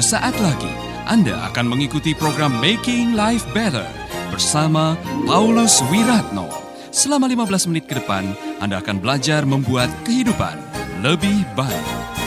Sesaat lagi Anda akan mengikuti program Making Life Better bersama Paulus Wiratno. Selama 15 menit ke depan, Anda akan belajar membuat kehidupan lebih baik.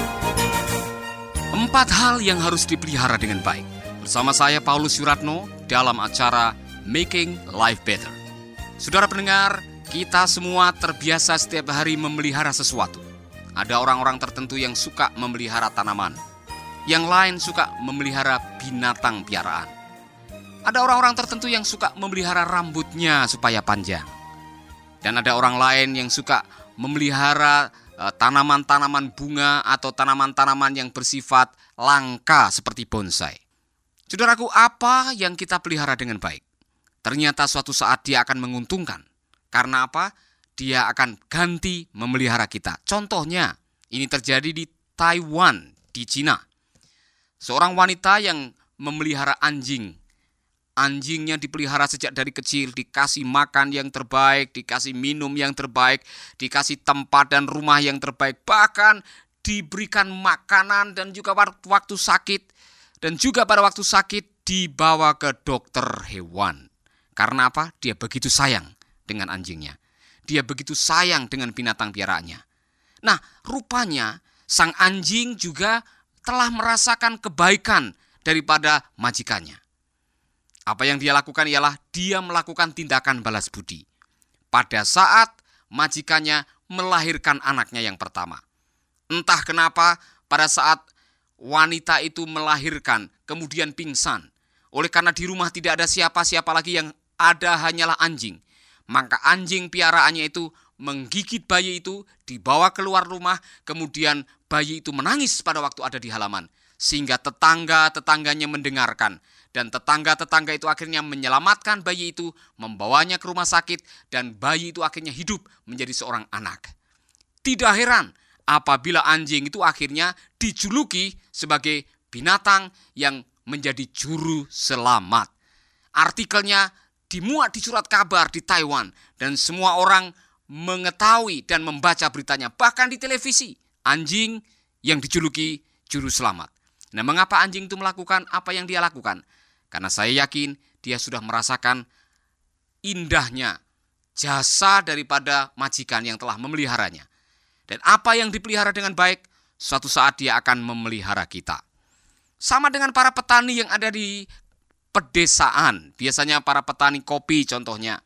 4 hal yang harus dipelihara dengan baik. Bersama saya Paulus Wiratno dalam acara Making Life Better. Saudara pendengar, kita semua terbiasa setiap hari memelihara sesuatu. Ada orang-orang tertentu yang suka memelihara tanaman. Yang lain suka memelihara binatang piaraan. Ada orang-orang tertentu yang suka memelihara rambutnya supaya panjang. Dan ada orang lain yang suka memelihara tanaman-tanaman bunga atau tanaman-tanaman yang bersifat langka seperti bonsai. Saudaraku, apa yang kita pelihara dengan baik? Ternyata suatu saat dia akan menguntungkan. Karena apa? Dia akan ganti memelihara kita. Contohnya, ini terjadi di Taiwan, di Cina. Seorang wanita yang memelihara anjing. Anjingnya dipelihara sejak dari kecil, dikasih makan yang terbaik, dikasih minum yang terbaik, dikasih tempat dan rumah yang terbaik, bahkan diberikan makanan dan juga waktu sakit, dan juga pada waktu sakit dibawa ke dokter hewan. Karena apa? Dia begitu sayang dengan anjingnya. Dia begitu sayang dengan binatang piaraannya. Nah, rupanya sang anjing juga telah merasakan kebaikan daripada majikannya. Apa yang dia lakukan ialah dia melakukan tindakan balas budi. Pada saat majikannya melahirkan anaknya yang pertama. Entah kenapa pada saat wanita itu melahirkan kemudian pingsan. Oleh karena di rumah tidak ada siapa-siapa lagi, yang ada hanyalah anjing. Maka anjing piaraannya itu menggigit bayi itu, dibawa keluar rumah, kemudian bayi itu menangis pada waktu ada di halaman. Sehingga tetangga-tetangganya mendengarkan. Dan tetangga-tetangga itu akhirnya menyelamatkan bayi itu, membawanya ke rumah sakit, dan bayi itu akhirnya hidup menjadi seorang anak. Tidak heran apabila anjing itu akhirnya dijuluki sebagai binatang yang menjadi juru selamat. Artikelnya dimuat di surat kabar di Taiwan, dan semua orang mengetahui dan membaca beritanya, bahkan di televisi. Anjing yang dijuluki juru selamat. Nah, mengapa anjing itu melakukan apa yang dia lakukan? Karena saya yakin dia sudah merasakan indahnya jasa daripada majikan yang telah memeliharanya. Dan apa yang dipelihara dengan baik, suatu saat dia akan memelihara kita. Sama dengan para petani yang ada di pedesaan. Biasanya para petani kopi contohnya.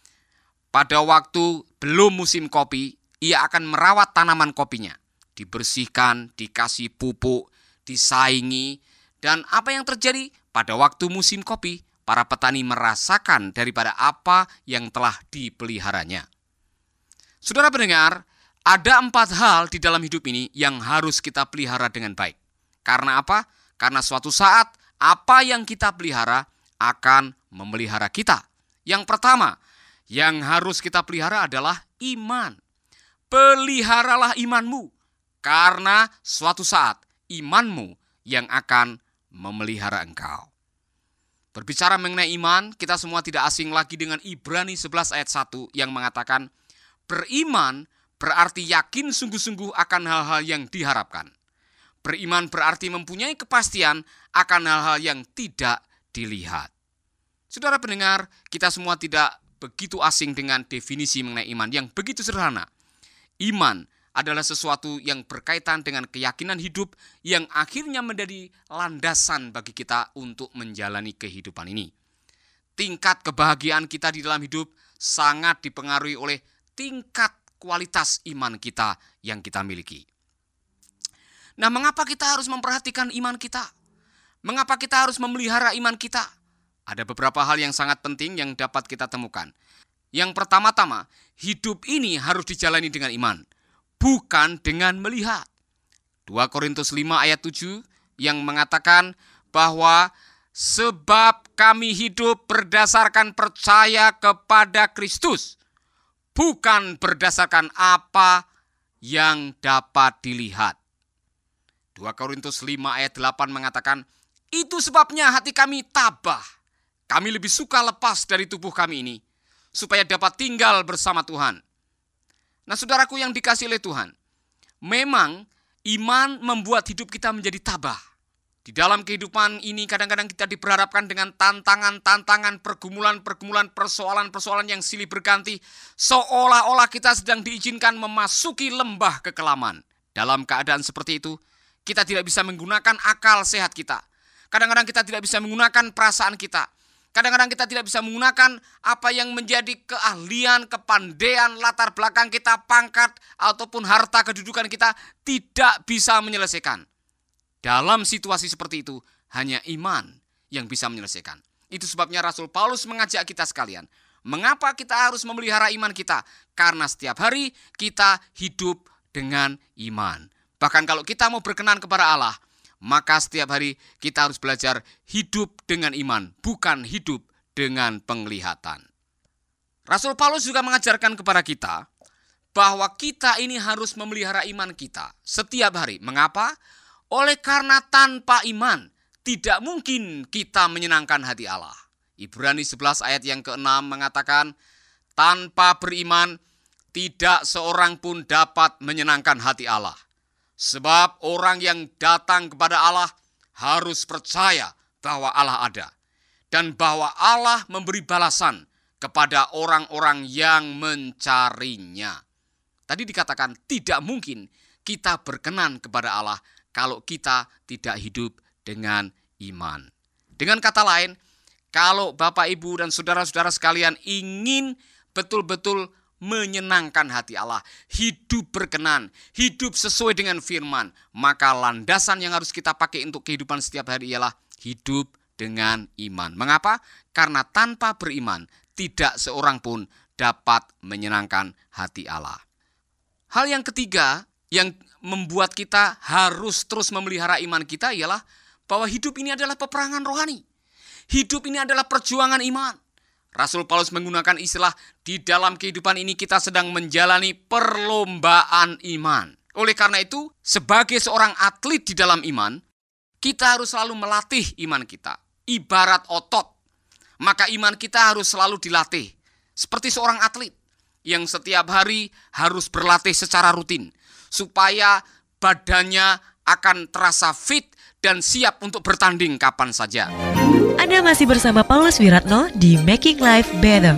Pada waktu belum musim kopi, ia akan merawat tanaman kopinya. Dibersihkan, dikasih pupuk, disaingi. Dan apa yang terjadi? Pada waktu musim kopi, para petani merasakan daripada apa yang telah dipeliharanya. Saudara pendengar, ada 4 hal di dalam hidup ini yang harus kita pelihara dengan baik. Karena apa? Karena suatu saat apa yang kita pelihara akan memelihara kita. Yang pertama, yang harus kita pelihara adalah iman. Peliharalah imanmu, karena suatu saat imanmu yang akan memelihara engkau. Berbicara mengenai iman, kita semua tidak asing lagi dengan Ibrani 11 ayat 1 yang mengatakan, beriman berarti yakin sungguh-sungguh akan hal-hal yang diharapkan. Beriman berarti mempunyai kepastian akan hal-hal yang tidak dilihat. Saudara pendengar, kita semua tidak begitu asing dengan definisi mengenai iman yang begitu sederhana. Iman adalah sesuatu yang berkaitan dengan keyakinan hidup yang akhirnya menjadi landasan bagi kita untuk menjalani kehidupan ini. Tingkat kebahagiaan kita di dalam hidup sangat dipengaruhi oleh tingkat kualitas iman kita yang kita miliki. Nah, mengapa kita harus memperhatikan iman kita? Mengapa kita harus memelihara iman kita? Ada beberapa hal yang sangat penting yang dapat kita temukan. Yang pertama-tama, hidup ini harus dijalani dengan iman, bukan dengan melihat. 2 Korintus 5 ayat 7 yang mengatakan bahwa sebab kami hidup berdasarkan percaya kepada Kristus, bukan berdasarkan apa yang dapat dilihat. 2 Korintus 5 ayat 8 mengatakan, itu sebabnya hati kami tabah. Kami lebih suka lepas dari tubuh kami ini, supaya dapat tinggal bersama Tuhan. Nah, saudaraku yang dikasihi oleh Tuhan, memang iman membuat hidup kita menjadi tabah. Di dalam kehidupan ini kadang-kadang kita diperhadapkan dengan tantangan-tantangan, pergumulan-pergumulan, persoalan-persoalan yang silih berganti. Seolah-olah kita sedang diizinkan memasuki lembah kekelaman. Dalam keadaan seperti itu, kita tidak bisa menggunakan akal sehat kita. Kadang-kadang kita tidak bisa menggunakan perasaan kita. Kadang-kadang kita tidak bisa menggunakan apa yang menjadi keahlian, kepandaian, latar belakang kita, pangkat, ataupun harta kedudukan kita tidak bisa menyelesaikan. Dalam situasi seperti itu, hanya iman yang bisa menyelesaikan. Itu sebabnya Rasul Paulus mengajak kita sekalian. Mengapa kita harus memelihara iman kita? Karena setiap hari kita hidup dengan iman. Bahkan kalau kita mau berkenan kepada Allah, maka setiap hari kita harus belajar hidup dengan iman, bukan hidup dengan penglihatan. Rasul Paulus juga mengajarkan kepada kita bahwa kita ini harus memelihara iman kita setiap hari. Mengapa? Oleh karena tanpa iman, tidak mungkin kita menyenangkan hati Allah. Ibrani 11 ayat yang ke-6 mengatakan, tanpa beriman, tidak seorang pun dapat menyenangkan hati Allah. Sebab orang yang datang kepada Allah harus percaya bahwa Allah ada. Dan bahwa Allah memberi balasan kepada orang-orang yang mencarinya. Tadi dikatakan tidak mungkin kita berkenan kepada Allah kalau kita tidak hidup dengan iman. Dengan kata lain, kalau Bapak, Ibu, dan saudara-saudara sekalian ingin betul-betul menyenangkan hati Allah, hidup berkenan, hidup sesuai dengan firman, maka landasan yang harus kita pakai untuk kehidupan setiap hari ialah hidup dengan iman. Mengapa? Karena tanpa beriman, tidak seorang pun dapat menyenangkan hati Allah. Hal yang ketiga yang membuat kita harus terus memelihara iman kita ialah bahwa hidup ini adalah peperangan rohani. Hidup ini adalah perjuangan iman. Rasul Paulus menggunakan istilah, di dalam kehidupan ini kita sedang menjalani perlombaan iman. Oleh karena itu, sebagai seorang atlet di dalam iman, kita harus selalu melatih iman kita. Ibarat otot, maka iman kita harus selalu dilatih. Seperti seorang atlet yang setiap hari harus berlatih secara rutin, supaya badannya akan terasa fit dan siap untuk bertanding kapan saja. Anda masih bersama Paulus Wiratno di Making Life Better.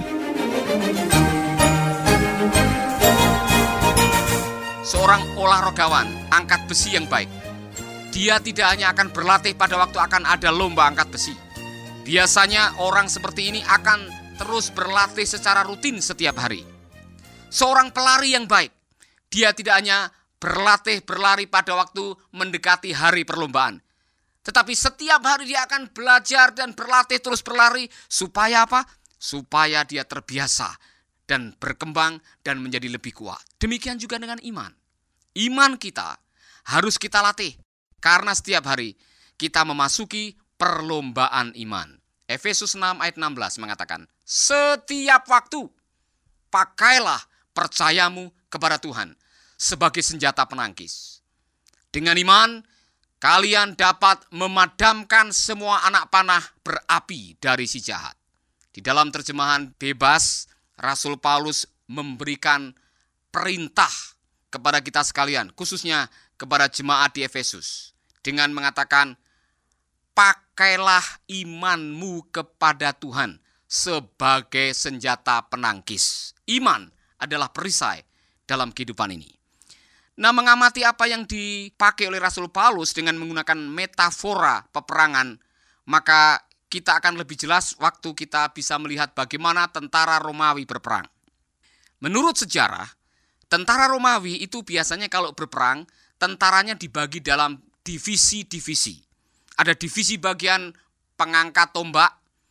Seorang olahragawan angkat besi yang baik, dia tidak hanya akan berlatih pada waktu akan ada lomba angkat besi. Biasanya orang seperti ini akan terus berlatih secara rutin setiap hari. Seorang pelari yang baik, dia tidak hanya berlari pada waktu mendekati hari perlombaan, tetapi setiap hari dia akan belajar dan berlatih terus berlari. Supaya apa? Supaya dia terbiasa dan berkembang dan menjadi lebih kuat. Demikian juga dengan iman. Iman kita harus kita latih, karena setiap hari kita memasuki perlombaan iman. Efesus 6 ayat 16 mengatakan, setiap waktu pakailah percayamu kepada Tuhan sebagai senjata penangkis. Dengan iman, kalian dapat memadamkan semua anak panah berapi dari si jahat. Di dalam terjemahan bebas, Rasul Paulus memberikan perintah kepada kita sekalian, khususnya kepada jemaat di Efesus, dengan mengatakan, pakailah imanmu kepada Tuhan sebagai senjata penangkis. Iman adalah perisai dalam kehidupan ini. Nah, mengamati apa yang dipakai oleh Rasul Paulus dengan menggunakan metafora peperangan, maka kita akan lebih jelas waktu kita bisa melihat bagaimana tentara Romawi berperang. Menurut sejarah, tentara Romawi itu biasanya kalau berperang, tentaranya dibagi dalam divisi-divisi. Ada divisi bagian pengangkat tombak,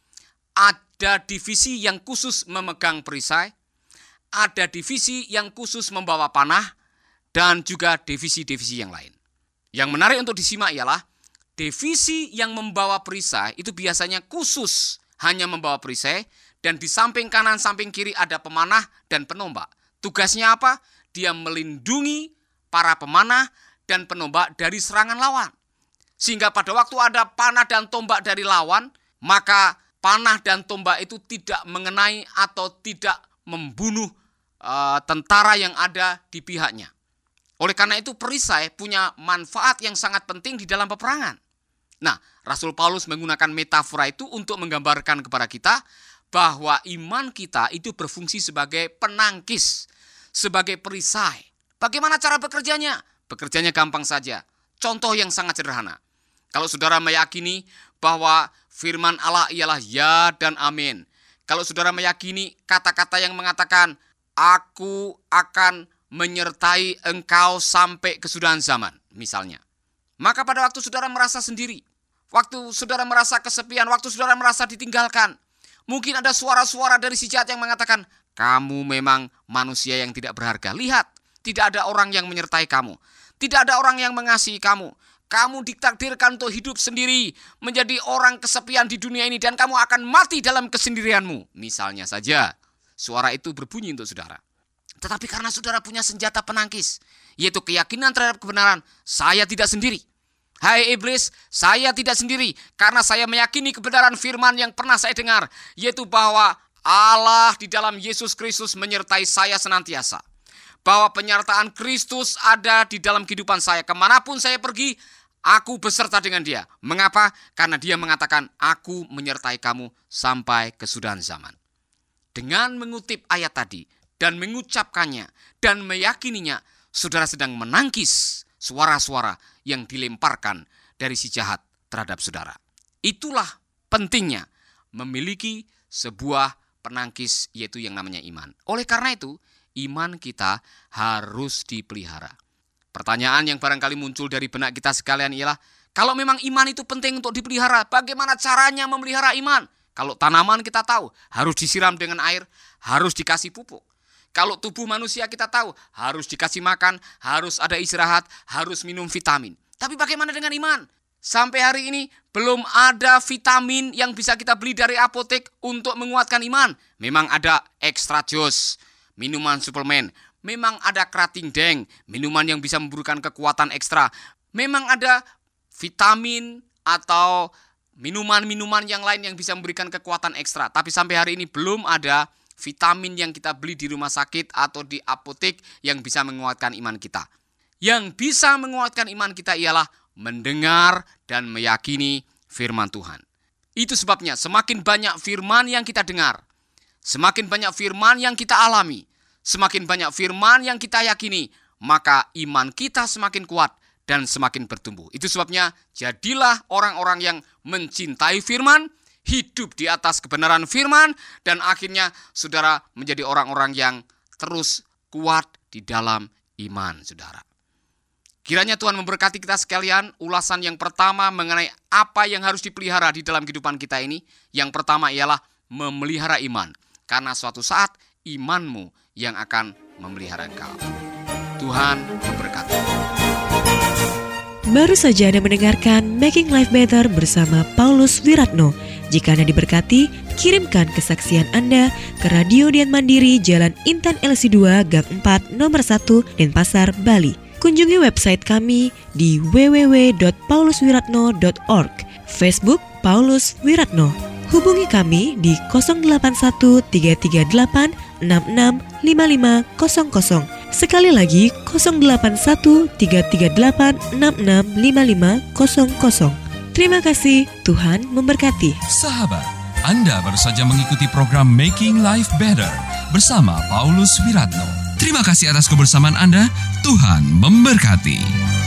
ada divisi yang khusus memegang perisai, ada divisi yang khusus membawa panah, dan juga divisi-divisi yang lain. Yang menarik untuk disimak ialah divisi yang membawa perisai itu biasanya khusus hanya membawa perisai, dan di samping kanan samping kiri ada pemanah dan penombak. Tugasnya apa? Dia melindungi para pemanah dan penombak dari serangan lawan. Sehingga pada waktu ada panah dan tombak dari lawan, maka panah dan tombak itu tidak mengenai atau tidak membunuh tentara yang ada di pihaknya. Oleh karena itu perisai punya manfaat yang sangat penting di dalam peperangan. Nah, Rasul Paulus menggunakan metafora itu untuk menggambarkan kepada kita bahwa iman kita itu berfungsi sebagai penangkis, sebagai perisai. Bagaimana cara bekerjanya? Bekerjanya gampang saja. Contoh yang sangat sederhana. Kalau saudara meyakini bahwa firman Allah ialah ya dan amin. Kalau saudara meyakini kata-kata yang mengatakan, aku akan menyertai engkau sampai kesudahan zaman, misalnya. Maka pada waktu saudara merasa sendiri, waktu saudara merasa kesepian, waktu saudara merasa ditinggalkan, mungkin ada suara-suara dari si jahat yang mengatakan, kamu memang manusia yang tidak berharga. Lihat, tidak ada orang yang menyertai kamu. Tidak ada orang yang mengasihi kamu. Kamu ditakdirkan untuk hidup sendiri, menjadi orang kesepian di dunia ini, dan kamu akan mati dalam kesendirianmu. Misalnya saja, suara itu berbunyi untuk saudara. Tetapi karena saudara punya senjata penangkis, yaitu keyakinan terhadap kebenaran, saya tidak sendiri. Hai iblis, saya tidak sendiri, karena saya meyakini kebenaran firman yang pernah saya dengar, yaitu bahwa Allah di dalam Yesus Kristus menyertai saya senantiasa. Bahwa penyertaan Kristus ada di dalam kehidupan saya. Kemanapun saya pergi, aku beserta dengan dia. Mengapa? Karena dia mengatakan, aku menyertai kamu sampai kesudahan zaman. Dengan mengutip ayat tadi, dan mengucapkannya, dan meyakininya, saudara sedang menangkis suara-suara yang dilemparkan dari si jahat terhadap saudara. Itulah pentingnya memiliki sebuah penangkis, yaitu yang namanya iman. Oleh karena itu, iman kita harus dipelihara. Pertanyaan yang barangkali muncul dari benak kita sekalian ialah, kalau memang iman itu penting untuk dipelihara, bagaimana caranya memelihara iman? Kalau tanaman kita tahu, harus disiram dengan air, harus dikasih pupuk. Kalau tubuh manusia kita tahu, harus dikasih makan, harus ada istirahat, harus minum vitamin. Tapi bagaimana dengan iman? Sampai hari ini belum ada vitamin yang bisa kita beli dari apotek untuk menguatkan iman. Memang ada extra jus, minuman suplemen. Memang ada kerating deng, minuman yang bisa memberikan kekuatan ekstra. Memang ada vitamin atau minuman-minuman yang lain yang bisa memberikan kekuatan ekstra. Tapi sampai hari ini belum ada vitamin yang kita beli di rumah sakit atau di apotek yang bisa menguatkan iman kita. Yang bisa menguatkan iman kita ialah mendengar dan meyakini firman Tuhan. Itu sebabnya semakin banyak firman yang kita dengar, semakin banyak firman yang kita alami, semakin banyak firman yang kita yakini, maka iman kita semakin kuat dan semakin bertumbuh. Itu sebabnya jadilah orang-orang yang mencintai firman, hidup di atas kebenaran firman, dan akhirnya saudara menjadi orang-orang yang terus kuat di dalam iman saudara. Kiranya Tuhan memberkati kita sekalian. Ulasan yang pertama mengenai apa yang harus dipelihara di dalam kehidupan kita ini. Yang pertama ialah memelihara iman. Karena suatu saat imanmu yang akan memelihara engkau. Tuhan memberkati. Baru saja Anda mendengarkan Making Life Better bersama Paulus Wiratno. Jika Anda diberkati, kirimkan kesaksian Anda ke Radio Dian Mandiri Jalan Intan LC2 Gang 4 Nomor 1 Denpasar, Bali. Kunjungi website kami di www.pauluswiratno.org. Facebook Paulus Wiratno. Hubungi kami di 081 338 665500. Sekali lagi 081 338 665500. Terima kasih, Tuhan memberkati. Sahabat, Anda baru saja mengikuti program Making Life Better bersama Paulus Wiratno. Terima kasih atas kebersamaan Anda. Tuhan memberkati.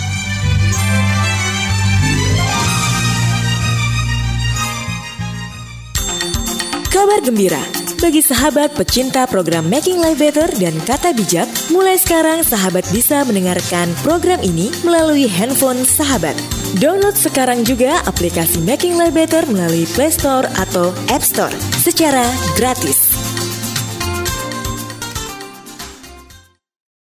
Kabar gembira bagi sahabat pecinta program Making Life Better dan Kata Bijak. Mulai sekarang sahabat bisa mendengarkan program ini melalui handphone sahabat. Download sekarang juga aplikasi Making Life Better melalui Play Store atau App Store secara gratis.